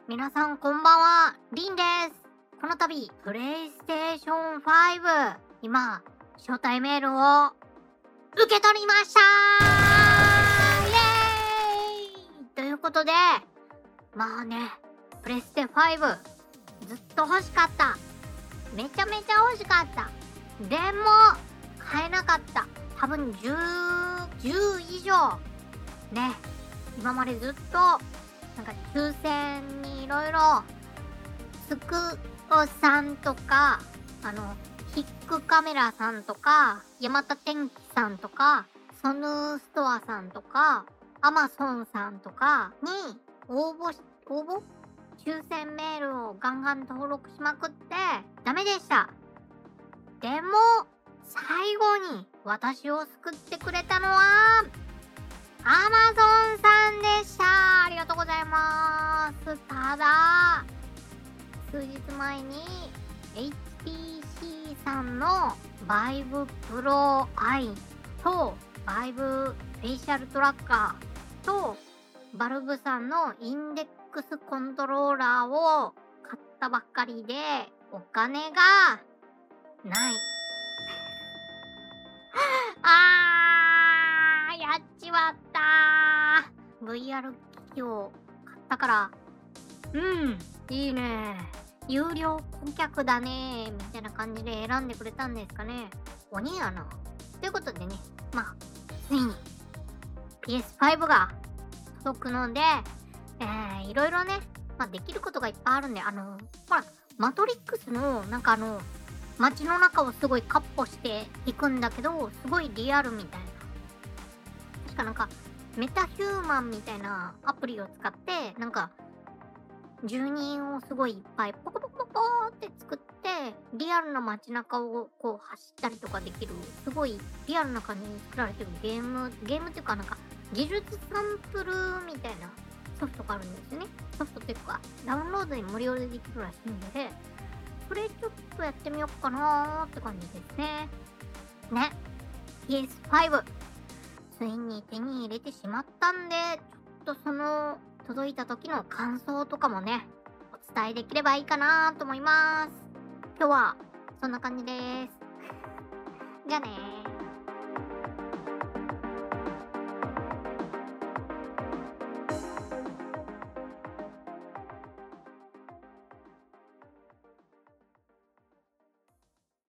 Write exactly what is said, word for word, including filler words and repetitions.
皆さんこんばんは、リンです。この度、プレイステーションファイブ、今、招待メールを受け取りましたー。イエーイということで、まあね、プレステファイブ、ずっと欲しかった。めちゃめちゃ欲しかった。でも、買えなかった。多分じゅう、じゅう以上。ね、今までずっと、なんか抽選にいろいろ、スクオさんとか、あの、ヒックカメラさんとか、ヤマタ電機さんとか、ソヌーストアさんとか、アマゾンさんとかに応募し、応募抽選メールをガンガン登録しまくってダメでした。でも、最後に私を救ってくれたのは、アマゾンさんでした。ありがとうございます。ただ、数日前に エイチティーシー さんのバイブプロ アイ とバイブフェイシャルトラッカーとバルブさんのインデックスコントローラーを買ったばっかりでお金がない。あー、やっちまったー。ブイアール 機器を買ったから、うん、いいね。有料顧客だねみたいな感じで選んでくれたんですかね。鬼やな。ということでね、まあ、ついに ピーエスファイブ が届くので、えー、いろいろね、まあ、できることがいっぱいあるんで、あの、ほら、マトリックスの、なんかあの、街の中をすごいカッポしていくんだけど、すごいリアルみたいな。確かなんか、メタヒューマンみたいなアプリを使って、なんか、住人をすごいいっぱいポコポコポコーって作って、リアルな街中をこう走ったりとかできる、すごいリアルな感じに作られてるゲーム、ゲームっていうかなんか、技術サンプルみたいなソフトがあるんですよね。ソフトっていうか、ダウンロードに無料でできるらしいので、それちょっとやってみようかなーって感じですね。ね。ピーエスファイブ、ついに手に入れてしまったんで、ちょっとその、届いた時の感想とかもね、お伝えできればいいかなと思います。今日は、そんな感じです。じゃあねー。